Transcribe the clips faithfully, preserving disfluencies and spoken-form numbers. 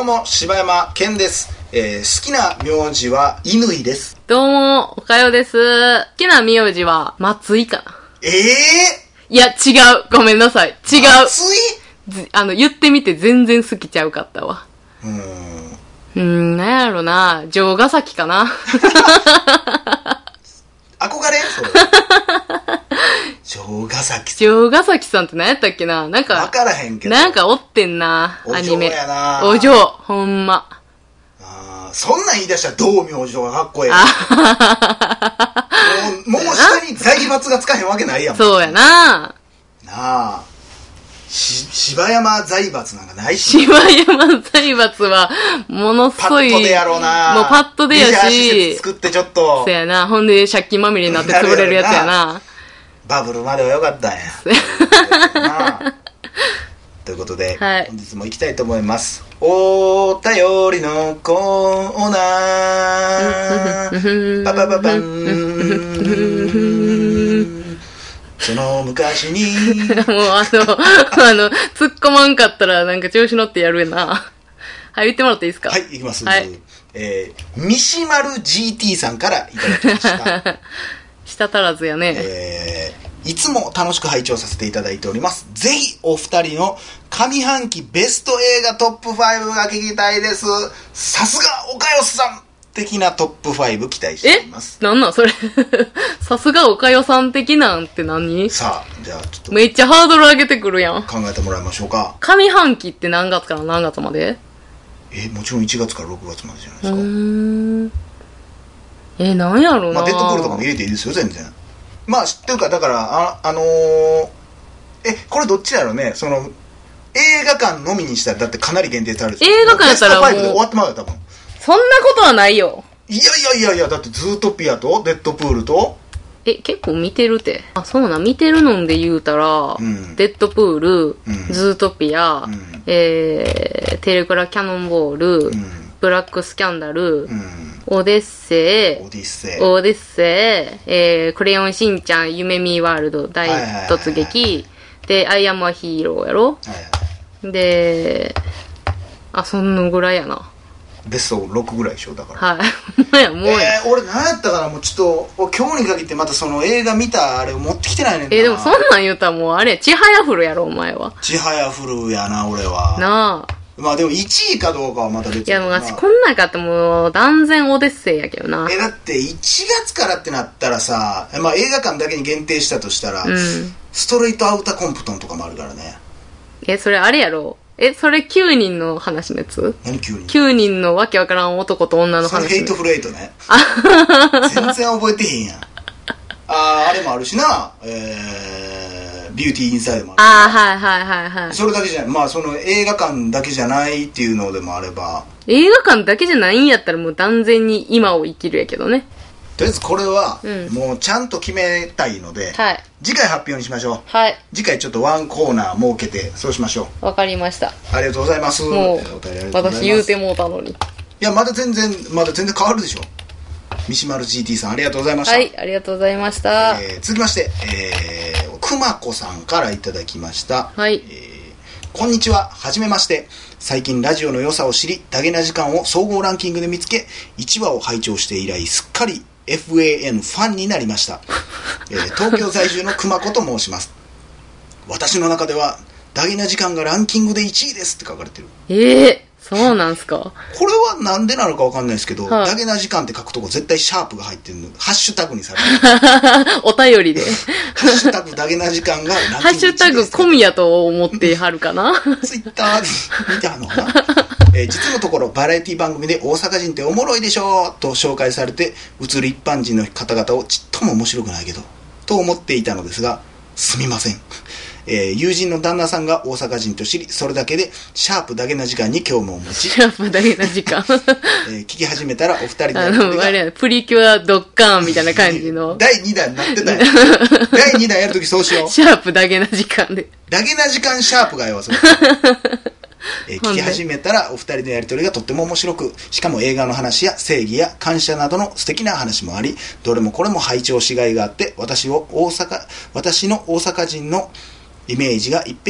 も柴山健です、えー、好きな名字は乾です。 どうもおかよです。好きな名字は松井かな。 えー、 いや違う、ごめんなさい、違う。 松井あの言ってみて全然好きちゃうかったわ。 うーんうーん、なんやろな、城ヶ崎かな。 憧れそれ。城ヶ崎さん。 城ヶ崎さんって何やったっけな、なんか分からへんけどなんかおってんな、アニメ。 お嬢やな。 お嬢、ほんま。 あ、そんなん言い出したら道明寺がかっこええ。もう、もう下に財閥がつかへんわけないやん。 そうやな。 なあ。し、柴山財閥なんかないし。 柴山財閥は、ものすごい。 パッとでやろうな。 もうパッとでやし。 レジャー施設作ってちょっと。 そうやな。ほんで借金まみれになって潰れるやつやな。 バブルまではよかったんや。ということで、はい、本日も行きたいと思います。お便りのコーナー。パパパパン。その昔にもうあのあの突っ込まんかったらなんか調子乗ってやるな。はい、言ってもらっていいですか。 はい、いきます。はい、えー、ミシマル ジーティー さんからいただきました。 舌足らずやね。 えー、いつも楽しく拝聴させていただいております。ぜひお二人の上半期ベスト映画トップファイブが聞きたいです。さすがおかよさん的なトップファイブ期待しています。 え、なんなんそれ。さすがおかよさん的なんって何？ さあ、じゃあちょっとめっちゃハードル上げてくるやん。 考えてもらいましょうか。 上半期って何月から何月まで？ え、もちろんいちがつからろくがつまでじゃないですか。うーん。え、なんやろうな。 まあ、デッドプールとかも入れていいですよ、全然。まあ、知ってるか、だから、あ、あのー、え、これどっちだろうね、その、映画館のみにしたら、だってかなり限定される。 映画館やったらもう。 ベストファイブで終わってまうよ、多分。 そんなことはないよ。 いやいやいやいや、だってズートピアと、デッドプールと。 え、結構見てるて。あ、そうな、見てるので言うたら、うん、デッドプール、うん、ズートピア、うん、えー、テレクラキャノンボール、うん、ブラックスキャンダル、うん、オデッセイ、 オディッセイ、 オデッセイ、えー、クレヨンしんちゃん、夢見ワールド大突撃、で、アイアムアヒーローやろ、はいはい、で、あ、そんなぐらいやな。 ベストろくぐらいでしょ、だから。 はい。もうや、もうや。 えー、俺何やったかな、もうちょっと、今日に限ってまたその映画見たあれを持ってきてないねんな。 えー、でもそんなん言うたらもうあれ、ちはやふるやろ、お前は。 ちはやふるやな、俺は。 なあ。 まあでもいちいかどうかはまた別に。 いやもう私こんなんかってもう断然オデッセイやけどな。 え、だっていちがつからってなったらさ、まあ映画館だけに限定したとしたら、うん、ストレートアウターコンプトンとかもあるからね。 え、それあれやろ、え、それきゅうにんの話のやつ？ 何きゅうにん？ きゅうにんのわけわからん男と女の話。 それヘイトフルエイトね。全然覚えてへんやん。あー、あれもあるしな、えー、ビューティーインサイドもある。 あー、はいはいはいはい。 それだけじゃない、まあその映画館だけじゃないっていうのでもあれば。 映画館だけじゃないんやったらもう断然に今を生きるやけどね。 とりあえずこれは、うん、もうちゃんと決めたいので、はい、次回発表にしましょう。はい。次回ちょっとワンコーナー設けて、そうしましょう。 わかりました。 ありがとうございます。 もう、私言うてもうたのに。いや、まだ全然、まだ全然変わるでしょ。ミシマル ジーティー さん、ありがとうございました。 はい、ありがとうございました。 えー、続きまして、えー、くまこさんからいただきました。 はい。 えー、こんにちは、はじめまして。最近ラジオの良さを知り、ダゲな時間を総合ランキングで見つけ、いちわを拝聴して以来、すっかりエフエーエヌ ファンになりました。えー、東京在住のくまこと申します。私の中では、ダゲな時間がランキングでいちいですって書かれてる。 ええー。そうなんすか。 これはなんでなのかわかんないですけど、はい、ダゲな時間って書くとこ絶対シャープが入ってるの、ハッシュタグにされてる。 お便りで。 ハッシュタグダゲな時間がランキングハッシュタグ込みやと思ってはるかな。 ツイッターで見てはるのかな。えー、実のところバラエティ番組で大阪人っておもろいでしょと紹介されて映る一般人の方々をちっとも面白くないけどと思っていたのですが、すみません。えー、友人の旦那さんが大阪人と知り、それだけでシャープだけな時間に興味を持ち、 シャープだけな時間、 えー、聞き始めたらお二人であのあれやプリキュアドッカーンみたいな感じのだいにだんになってたよ。だいにだんやるときそうしよう。 シャープだけな時間でだけな時間シャープがよそれ。えー、聞き始めたらお二人のやり取りがとっても面白く、しかも映画の話や正義や感謝などの素敵な話もあり、どれもこれも拝聴しがいがあって、私を大阪私の大阪人のイメージが一変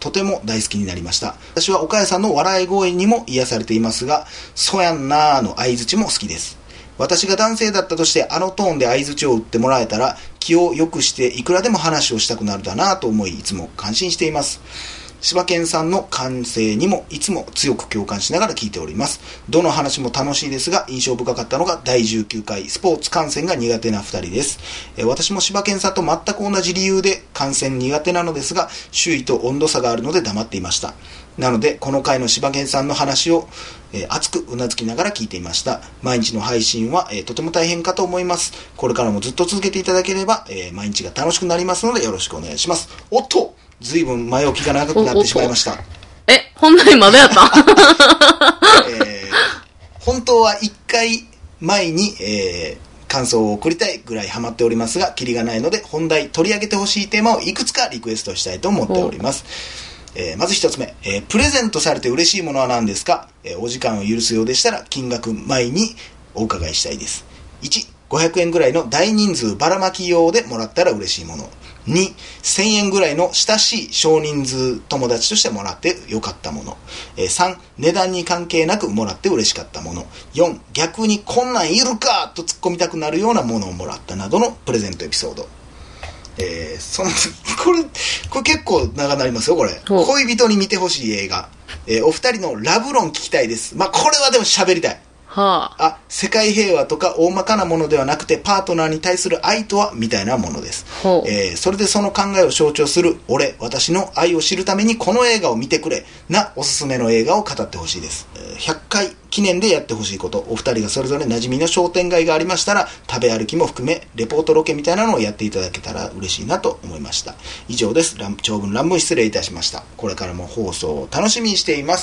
とても大好きになりました。私は岡谷さんの笑い声にも癒されていますが、そやんなーの相槌も好きです。私が男性だったとしてあのトーンで相槌を打ってもらえたら気を良くしていくらでも話をしたくなるだなと思い、いつも感心しています。柴犬さんの感性にもいつも強く共感しながら聞いております。どの話も楽しいですが、印象深かったのがだいじゅうきゅうかいスポーツ観戦が苦手なふたりです。え私も柴犬さんと全く同じ理由で観戦苦手なのですが、周囲と温度差があるので黙っていました。なのでこの回の柴犬さんの話を、えー、熱くうなずきながら聞いていました。毎日の配信は、えー、とても大変かと思います。これからもずっと続けていただければ、えー、毎日が楽しくなりますのでよろしくお願いします。おっと、ずいぶん前置きが長くなってしまいました。 え、本題まだやった、 えー、本当はいっかいまえに、えー、感想を送りたいぐらいハマっておりますが、キリがないので本題取り上げてほしいテーマをいくつかリクエストしたいと思っております。えー、まず一つ目、えー、プレゼントされて嬉しいものは何ですか？えー、お時間を許すようでしたら金額前にお伺いしたいです。いち、ごひゃくえんぐらいの大人数ばらまき用でもらったら嬉しいもの。に、せんえんぐらいの親しい少人数友達としてもらってよかったもの。さん、値段に関係なくもらって嬉しかったもの。よん、逆にこんなんいるかと突っ込みたくなるようなものをもらったなどのプレゼントエピソード。えー、そのこれこれ結構長なりますよこれ。恋人に見てほしい映画、えー、お二人のラブ論聞きたいです。まあこれはでも喋りたい。はあ、あ、世界平和とか大まかなものではなくてパートナーに対する愛とはみたいなものです。えー、それでその考えを象徴する俺、私の愛を知るためにこの映画を見てくれなおすすめの映画を語ってほしいです。ひゃっかい記念でやってほしいこと、お二人がそれぞれ馴染みの商店街がありましたら食べ歩きも含めレポートロケみたいなのをやっていただけたら嬉しいなと思いました。以上です。長文乱文失礼いたしました。これからも放送を楽しみにしています。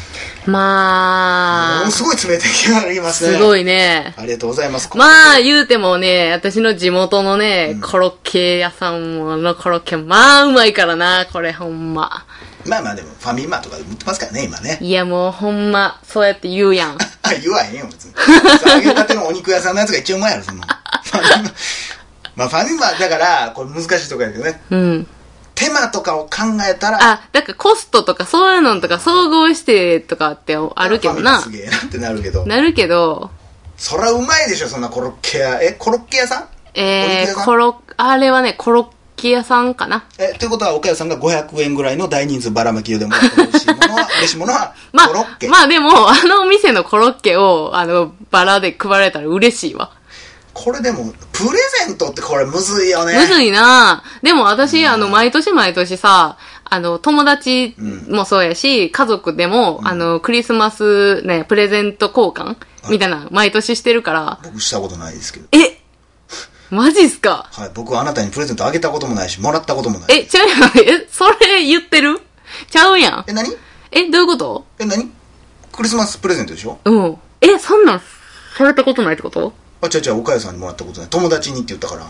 まあ、 ものすごい冷たい気がありますね。 すごいね。 ありがとうございます。 まあ言うてもね、私の地元のね、うん、コロッケ屋さんもあのコロッケまあうまいからな、これほんま。 まあまあでもファミマとかで売ってますからね今ね。 いやもうほんまそうやって言うやん。 言わへんよ別に。揚げたてのお肉屋さんのやつが一番うまいやろそんな。ファミマ、まあファミマだからこれ難しいとこやけどね。うん。手間とかを考えたら、 あ、だからコストとかそういうのとか総合してとかってあるけどな。 すげえなってなるけど。 なるけど。 そらうまいでしょそんなコロッケ屋。え、コロッケ屋さん？ えー、コロ、あれはね、コロッケ屋さんかな。 え、ということは岡谷さんがごひゃくえんぐらいの大人数ばらまき用でもらった嬉しいものは、嬉しいものは、コロッケ。 まあ、まあでも、あのお店のコロッケを、あの、バラで配られたら嬉しいわ。 これでも、プレゼントってこれむずいよね。 むずいな。でも私、あの、毎年毎年さ、あの、友達もそうやし、うん、家族でも、うん、あの、クリスマスね、プレゼント交換みたいな、毎年してるから。 僕したことないですけど。 えマジっすか？ はい、僕はあなたにプレゼントあげたこともないし、もらったこともない。 え、ちゃうやん。え、それ言ってる？ちゃうやん。 え、何？ え、どういうこと？ え、何？クリスマスプレゼントでしょ？ うん。え、そんなんされたことないってこと？ あ、違う違う、岡谷さんにもらったことない。友達にって言ったから。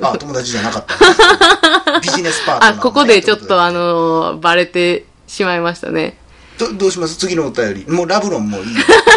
あ、友達じゃなかった。ビジネスパートナー、ね。 あ、ここでちょっとあのー、バレてしまいましたね。 ど、どうします？次のお便り。もうラブロンもいい。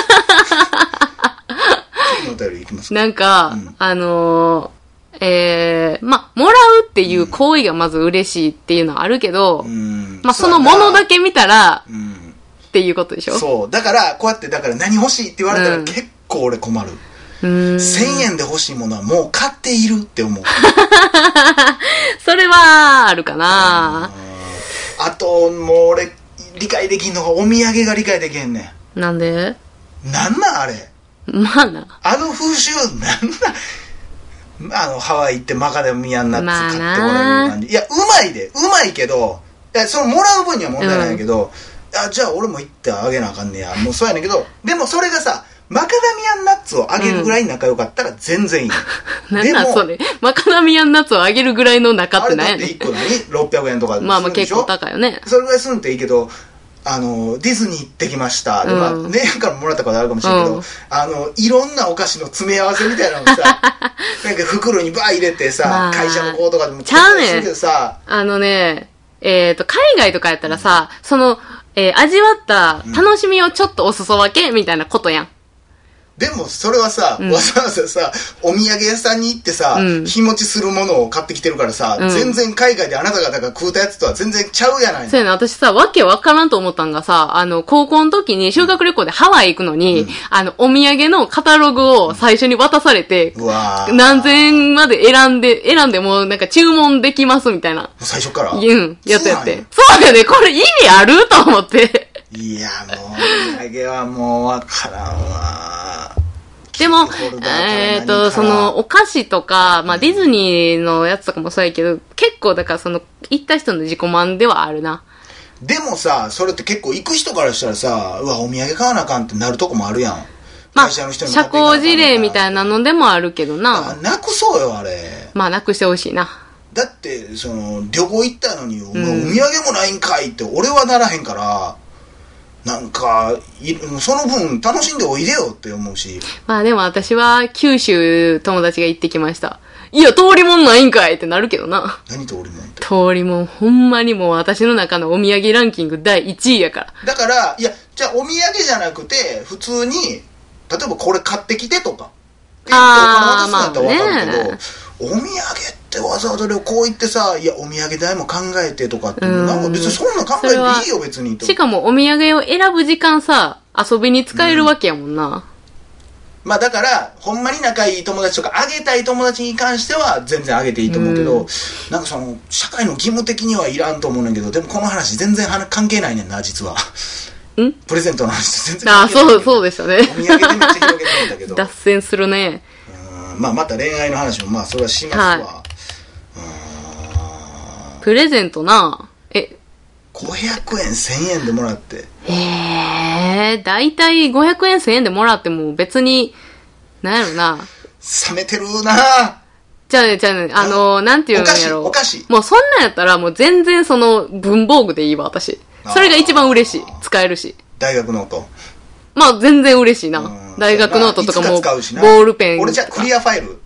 次のお便りいきますか。 なんか、うん、あのー、えー、ま、もらうっていう行為がまず嬉しいっていうのはあるけど、うん、ま、そのものだけ見たら、うん、っていうことでしょ？ そう。だから、こうやって、だから何欲しいって言われたら結構俺困る。うん、せんえんで欲しいものはもう買っているって思う。 それはあるかな。 あともう俺理解できんのがお土産が理解できへんねん。なんで？ なんなんあれ。 まあな。 あの風習なんなん。あのハワイ行ってマカダミアンナッツ買ってもらえる感じ。いやうまいでうまいけど、いやそのもらう分には問題ないけど、うん、あじゃあ俺も行ってあげなあかんねや。もうそうやねんけど、でもそれがさ。マカダミアンナッツをあげるぐらい仲良かったら全然いい。 うん、なんなんそれ。マカダミアンナッツをあげるぐらいの仲って何やねん。 あれだっていっこ何 ?ろっぴゃくえんとかするんでしょ。 まあまあ結構高いよね。 それぐらいするんっていいけど、あの、ディズニー行ってきました。で、まあ、うん、ね、からもらったことあるかもしれないけど、うん、あの、いろんなお菓子の詰め合わせみたいなのさ、なんか袋にバー入れてさ、まあ、会社の子とかでもちゃうねん。あのね、えっと、海外とかやったらさ、うん、その、えー、味わった楽しみをちょっとお裾分けみたいなことやん。 でもそれはさ、うん、わざわざさお土産屋さんに行ってさ、うん、日持ちするものを買ってきてるからさ、うん、全然海外であなた方が食うたやつとは全然ちゃうやないの。 そうやな、私さわけわからんと思ったんがさ、あの高校の時に修学旅行でハワイ行くのに、うん、あのお土産のカタログを最初に渡されて、うん、うわ何千円まで選んで選んでもなんか注文できますみたいな最初からうんやつやって、そうだよね、これ意味あると思っていやもうお土産はもうわからんわ。 でも、えっと、その、お菓子とか、まあ、ディズニーのやつとかもそうやけど、結構、だから、その、行った人の自己満ではあるな。 でもさ、それって結構行く人からしたらさ、うわ、お土産買わなあかんってなるとこもあるやん。 まあ、会社の人に社交辞令みたいなのでもあるけどな。 なくそうよ、あれ。 まあ、なくしてほしいな。 だって、その、旅行行ったのに、うん、お土産もないんかいって、俺はならへんから、なんかその分楽しんでおいでよって思うし。 まあでも私は九州友達が行ってきました。いや通りもんないんかいってなるけどな。 何通りもんって。 通りもんほんまにもう私の中のお土産ランキングだいいちいやから。 だからいやじゃあお土産じゃなくて普通に例えばこれ買ってきてとかって言ってお金渡すんだったら分かるけど、ね、お土産ってわざわざ旅行行ってさ、いやお土産代も考えてとかって、なんか別にそんな考えていいよ別にと。 しかもお土産を選ぶ時間さ、遊びに使えるわけやもんな、うん、 まあだからほんまに仲いい友達とかあげたい友達に関しては全然あげていいと思うけど、うん、なんかその社会の義務的にはいらんと思うねんけど、でもこの話全然関係ないねんな実は。んプレゼントの話と全然関係ない。 ああそうそうでしたね。 お土産でめっちゃ広げてるんだけど。 脱線するね。 まあ、また恋愛の話もまあそれはしますわ、はい、 プレゼントなえごひゃくえんせんえんでもらってへえだいたいごひゃくえんせんえんでもらっても別になんやろな冷めてるなじゃあねじゃあねあのなんていうのやろお菓子もうそんなんやったらもう全然その文房具でいいわ私それが一番嬉しい使えるし大学ノートまあ全然嬉しいな、うん、大学ノートとかもボールペン俺じゃクリアファイル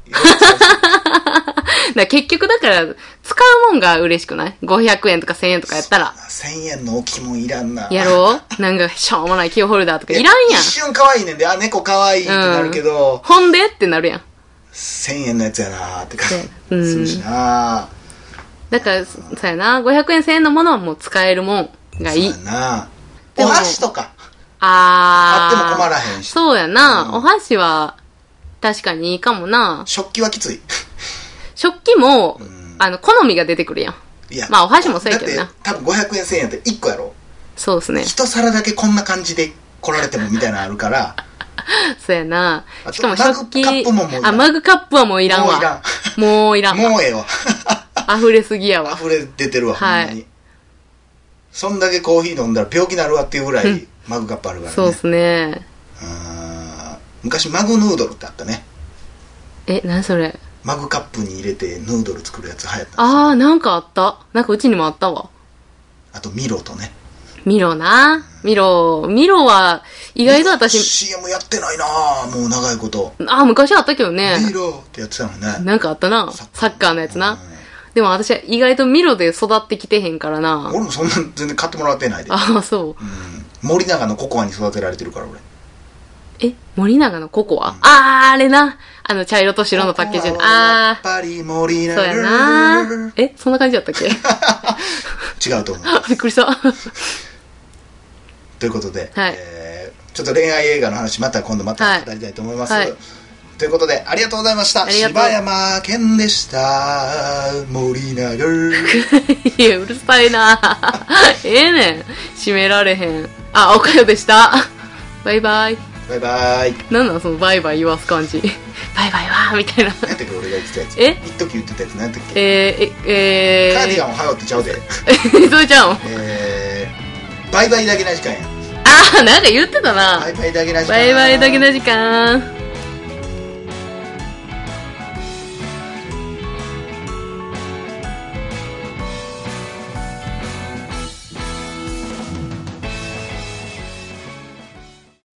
だ結局だから使うもんが嬉しくないごひゃくえんとかせんえんとかやったらせんえんの置物いらんなやろうなんかしょうもないキーホルダーとかいらんやん一瞬可愛いねんであ猫可愛いってなるけど、 うん、ほんでってなるやんせんえんのやつやなーって感じするしな、 うん、だからそうやなごひゃくえんせんえんのものはもう使えるもんがいいそうやなお箸とかああっても困らへんしそうやな、うん、お箸は確かにいいかもな食器はきつい食器も、うん、あの好みが出てくるやんいやまあお箸もそうやけどなだって多分ごひゃくえんせんえんっていっこやろそうですね一皿だけこんな感じで来られてもみたいなのあるからそうやなしかも食器マグカップももういらんあマグカップはもういらんわもういらんもういらんもうええわ溢れすぎやわ溢れ出てるわ、はい、ほんまにそんだけコーヒー飲んだら病気になるわっていうぐらいマグカップあるからねそうですねあ昔マグヌードルってあったねえ何それマグカップに入れてヌードル作るやつ流行ったんですよあーなんかあったなんかうちにもあったわあとミロとねミロな、うん、ミロミロは意外と私シーエム やってないなもう長いことあ昔あったけどねミロってやってたもんねなんかあったなサッカー、サッカーのやつな、うん、でも私は意外とミロで育ってきてへんからな俺もそんな全然買ってもらってないでああそう、うん、 森永のココアに育てられてるから俺え森永のココア、うん、あーあれなあの茶色と白のパッケージああやっぱり森永そうやなえそんな感じだったっけ違うと思うびっくりしたということで、 はいえー、ちょっと恋愛映画の話また今度また語りたいと思います、はいはい、ということでありがとうございました柴山健でした森永いやうるさいなええねん締められへんあおかよでしたバイバイバイバイなんなんそのバイバイ言わす感じバイバイわーみたいな何やったっけ俺が言ってたやつえ一時言ってたやつ何やったっけえー、ええー、 カーディガンをはよってちゃうでそれちゃうんえー、バイバイだけな時間やあーなんか言ってたなバイバイだけな時間バイバイだけな時間